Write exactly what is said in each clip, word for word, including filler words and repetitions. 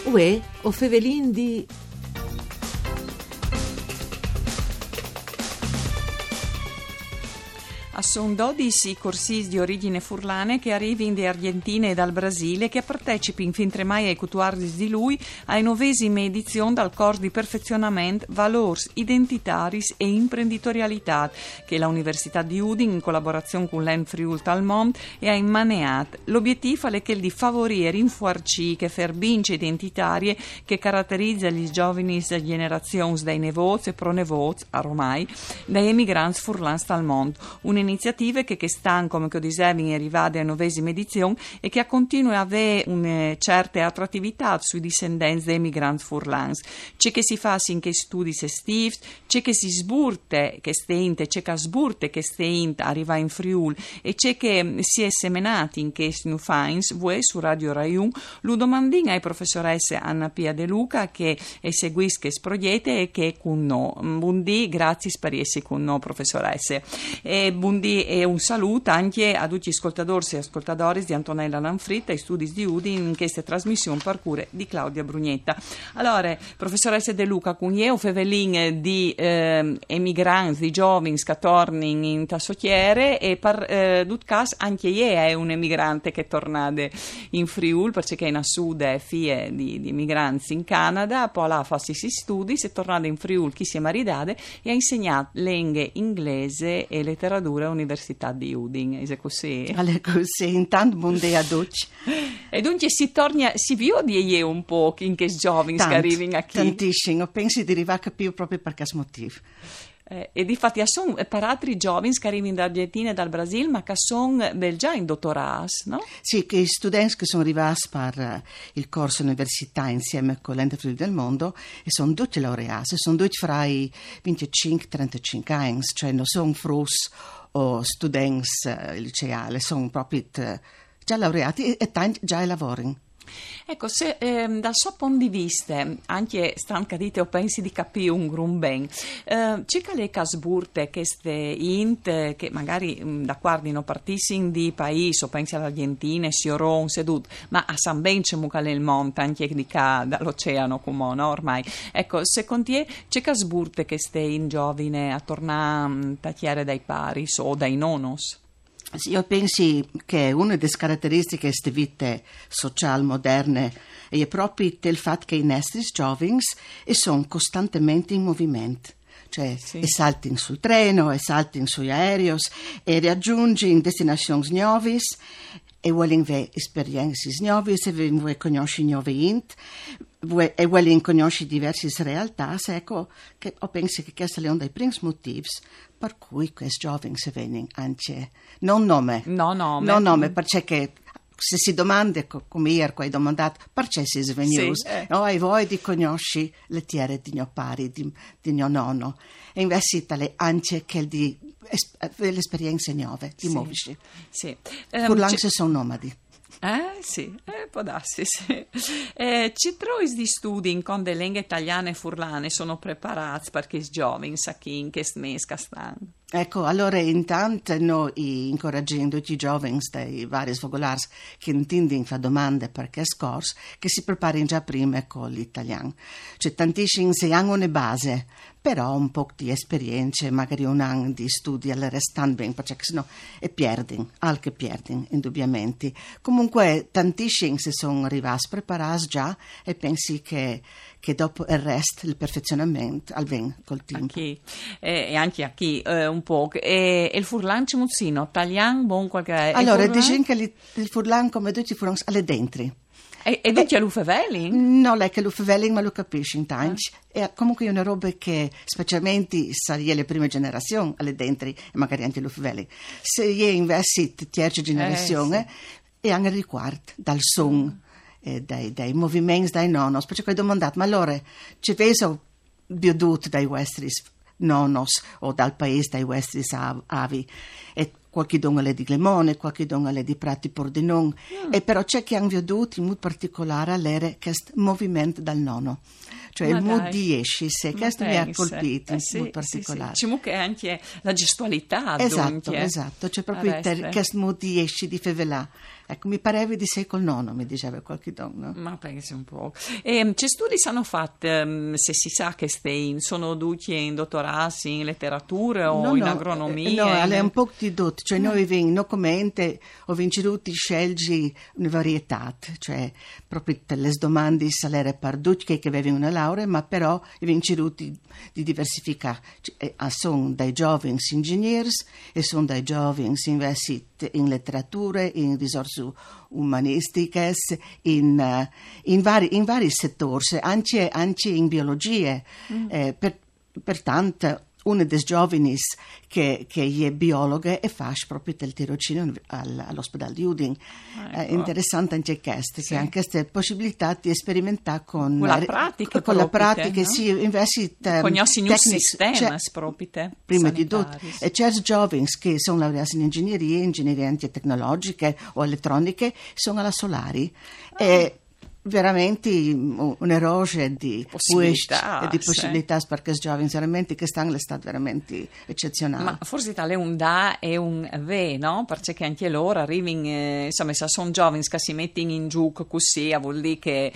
Uè, o fevelin di... Sono dodici corsi di origine furlane che arrivano da Argentina e dal Brasile che partecipano fin tremai ai quattordici di lui ai novesime edizione dal corso di perfezionamento Valors Identitaris e Imprenditorialità che la Università di Udine in collaborazione con l'En Friul Talmont e ha immaneat. L'obiettivo è quello di favorire rinforci che ferbince identitarie che caratterizza gli giovani generazioni dai nevoz e pronevoz a Romai dai emigranti furlans dal mondo. Un'iniziativa che, che stanno, come che dicevi, arrivate a novesima edizione e che continua a avere una certa attrattività sui discendenti dei migranti furlans. C'è che si fa sin che studi estivi, c'è che si sburte che steinte, c'è che sburte che steinte arriva in Friul e c'è che si è semenati in che new finds, voi su Radio Rai uno, lo domandin ai professoresse Anna Pia De Luca che eseguisce questo progetto e che con noi. Buondì, grazie per essere con noi, professoresse. E buondì e un saluto anche a tutti gli ascoltatori e ascoltatori di Antonella Lanfritta e studi di Udine in questa trasmissione parcure di Claudia Brugnetta. Allora, professoressa De Luca, con io fevelin di eh, emigranti, di giovani che tornano in Tassocchiere e per eh, tutto caso anche io è un emigrante che torna in Friul perché è in sud è figlia di, di emigranti in Canada, poi là fa si studi, si è tornata in Friul, chi si è maridata e ha insegnato lingue inglese e letteratura all'Università di Udine. È così? È così, intanto buondì a tutti. E dunque si torna, si viu di io un po' in che giovani che arrivano qui? Tantissimo, penso di arrivare a capire proprio per questo motivo. Eh, e difatti sono per altri giovani che arrivano dall'Argentina e dal Brasile ma che sono già in dottorato, no? Sì, che studenti che sono arrivati per uh, il corso università insieme con l'Ente Friuli del Mondo e sono tutti laureati, sono tutti fra i venticinque e trentacinque anni, cioè non sono frus o studenti uh, liceali, sono proprio uh, già laureati e, e tanti già lavorano. Ecco, se ehm, dal suo punto di vista, anche stanca dite o pensi di capire un grum ben, eh, circa le casburte che ste int, che magari mh, da guardino partissimo di paesi, o pensi all'Argentina, Sioron, sedut, ma a San Ben c'è muca nel monte, anche di qua dall'oceano, come no, ormai. Ecco, secondo te c'è casburte che ste in giovine a tornare a tacchiare dai pari o dai nonos? Io penso che una delle caratteristiche di vite sociali moderne è proprio il fatto che i nostri giovani sono costantemente in movimento. Cioè, sì. E saltano sul treno, e saltano sugli aerei, e raggiungono destinazioni nuove, e vogliono avere esperienze nuove, e vogliono conoscere nuove gente, e vogliono conoscere diverse realtà. Ecco, che io penso che questo è uno dei primi motivi per cui questi giovani si vengono anche non nome, no nome, non nome perché che se si domanda come ieri hai domandato perché si è venuti, sì, eh. no, hai voglia di conoscere le terre di mio pari, di, di mio nonno e invece tale anche che di le esperienze nuove di sì, muoversi sì. Um, Furlani c- sono nomadi. Eh sì, eh, può darsi, sì. Eh, ci trovi di studi in con le lingue italiane e furlane sono preparati perché i giovani sa chi in che mese stanno? Ecco, allora intanto noi incoraggiamo tutti i giovani dai vari sfogolari che intendono fare domande per questo corso che si preparino già prima con l'italiano. Cioè tantissimi se hanno una base, però un po' di esperienze, magari un anno di studi alle restanti bene, perché sennò e perdono, anche perdono, indubbiamente. Comunque tantissimi si sono arrivati preparati già e pensi che che dopo il resto, il perfezionamento, avviene col tempo. Chi, eh, e anche a chi eh, un po'. E, e il furlan c'è muzzino, italiano, buon qualche... Allora, diciamo che il, il furlan, come tutti i furlani, alle dentri. E, e tutti a l'ufevelling? No, lei che l'ufevelling, ma lo capisci in tanti. Eh. E comunque è una roba che, specialmente, sarebbe le prime generazioni, alle dentri, e magari anche l'ufevelling. Se è invece la terza generazione, eh, sì. E anche il riguardo dal son. Dai, dai movimenti dai nonnos, perché ho domandato, ma allora ci vedo veduto dai vostri nonnos o dal paese dai vostri avi e qualche donne di Glemone, qualche donne di Prati Pordenone, mm. e però c'è che hanno veduto in modo particolare a lere questo movimento dal nonno. Cioè ma il mood di esci, se questo mi ha colpito in eh sì, modo particolare. Sì, sì. C'è che anche la gestualità. Esatto, dunque, esatto, c'è proprio ter- questo mood di esci di fevelà. Ecco, mi pareva di secolo nono, mi diceva qualche donna. Ma pensi un po'. E, c'è studi sono fatti, se si sa che Stein sono dotti in dottorati in letteratura o no, in no, agronomia? No, in... è un po' di tutto. Cioè, noi abbiamo, no, come ente, abbiamo di scegliere una varietà, cioè proprio le domande salere per tutti che avevano una laurea, ma però abbiamo di, di diversificare. Cioè, sono dai giovani ingegneri e sono dai giovani investiti in letteratura, in risorse umanistiche, in, uh, in, vari, in vari settori, anche, anche in biologia. Mm. Eh, per, pertanto, una dei giovani che, che è biologa e fa proprio il tirocinio all'ospedale di Udine. Ecco. È interessante anche questo, sì. Che anche queste possibilità di sperimentare con, con la pratica, con la pratica, no? Sì, invece con i sistemi proprio. Prima di tutto, e certi giovani che sono laureati in ingegneria, ingegneria anche tecnologiche o elettroniche, sono alla Solari. Ah. E, veramente un eroge di possibilità e di possibilità sì. Perché i giovani veramente che stanno all'estate veramente eccezionale. Ma forse tale un da e un ve, no? Perché anche loro arrivano, eh, insomma, se sono giovani che si mettono in giù così, vuol dire che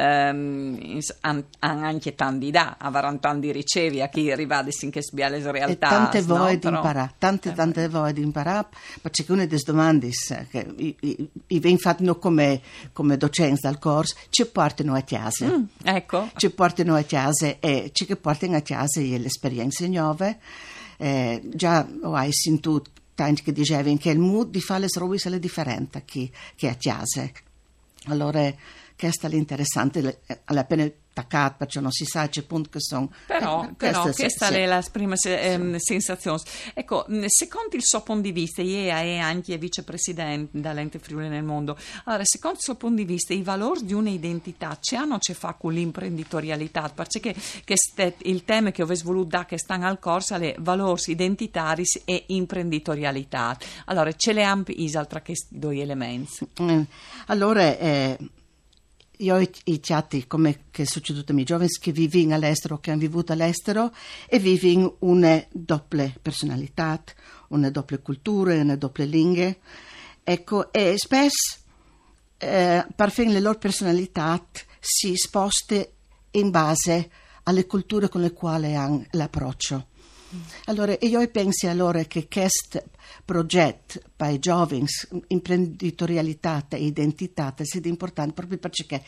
ehm, hanno anche tanti da, avranno tanti ricevi a chi arriva adesso in che sbiale realtà. E tante no? voglie di imparare, tante, tante voglie di imparare, perché una delle domande che i vengono fatte come, come docenti dal corso ci portano a chiesa, mm, ecco. Ci portano a chiesa e ci che portano a chiesa le esperienze nuove. Eh, già hai sentito tanti che dicevano che il mood di fare le robe è differente che, che a chiesa. Allora, questo è l'interessante, alla pena attaccato, perché non si sa a che punto che sono. Però, eh, però questa, questa sì, è la prima se, ehm, sì. sensazione. Ecco, secondo il suo punto di vista, lei è anche vicepresidente dell'Ente Friuli nel Mondo, allora, secondo il suo punto di vista, i valori di un'identità ci hanno ce fa con l'imprenditorialità? Perché che ste, il tema che ho voluto dare che stanno al corso è valori identitari e imprenditorialità. Allora, ce le hanno isaltra questi due elementi? Mm. Allora, eh, io ho i chiati come che è succeduto ai miei giovani che vivono all'estero, che hanno vissuto all'estero e vivono una doppia personalità, una doppia cultura, una doppia lingua. Ecco, e spesso eh, per fare le loro personalità si sposta in base alle culture con le quali hanno l'approccio. Allora, io penso allora che questo progetto per i giovani, imprenditorialità e identità, sia importante proprio perché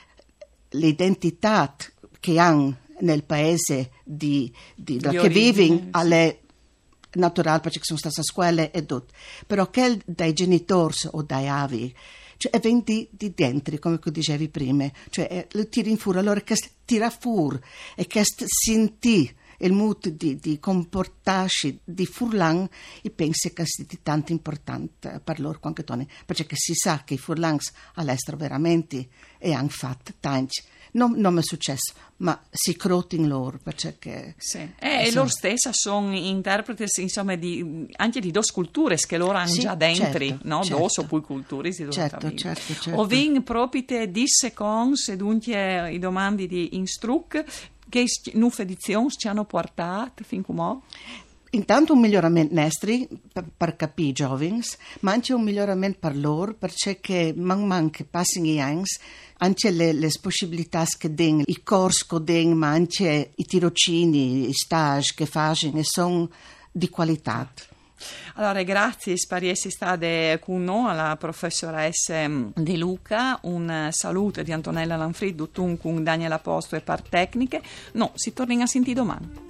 l'identità che hanno nel paese di, di, di che vivono è naturale perché sono state a scuola e tutto, però che dai genitori o dai avi, cioè viene di, di dentro, come dicevi prima, cioè lo tiri in fuori, allora che tira fuori e che senti il mood di, di comportarsi di furlan, e penso che sia tanto importante per loro quanto tone, perché si sa che i furlans all'estero veramente e hanno fatto tanti. Non, non mi è successo, ma si crotino loro perché sì. eh, e loro stessa sono interpreti insomma di, anche di due culture che loro hanno sì, già dentro, certo, no? Certo. Dos o poi culture si certo, certo, certo. O vin proprio di secondi e dunque i domandi di instruc che nuove edizioni ci hanno portato fin come? Intanto un miglioramento nostri per, per capire i giovani, ma anche un miglioramento per loro, perché man man che passano gli anni, anche le, le possibilità che danno, i corsi che danno, ma anche i tirocini, i stage che fanno, sono di qualità. Allora, grazie per essere state con noi, alla professoressa De Luca. Un saluto di Antonella Lanfrid, con Daniela Posto e par tecniche. No, si torna a sentire domani.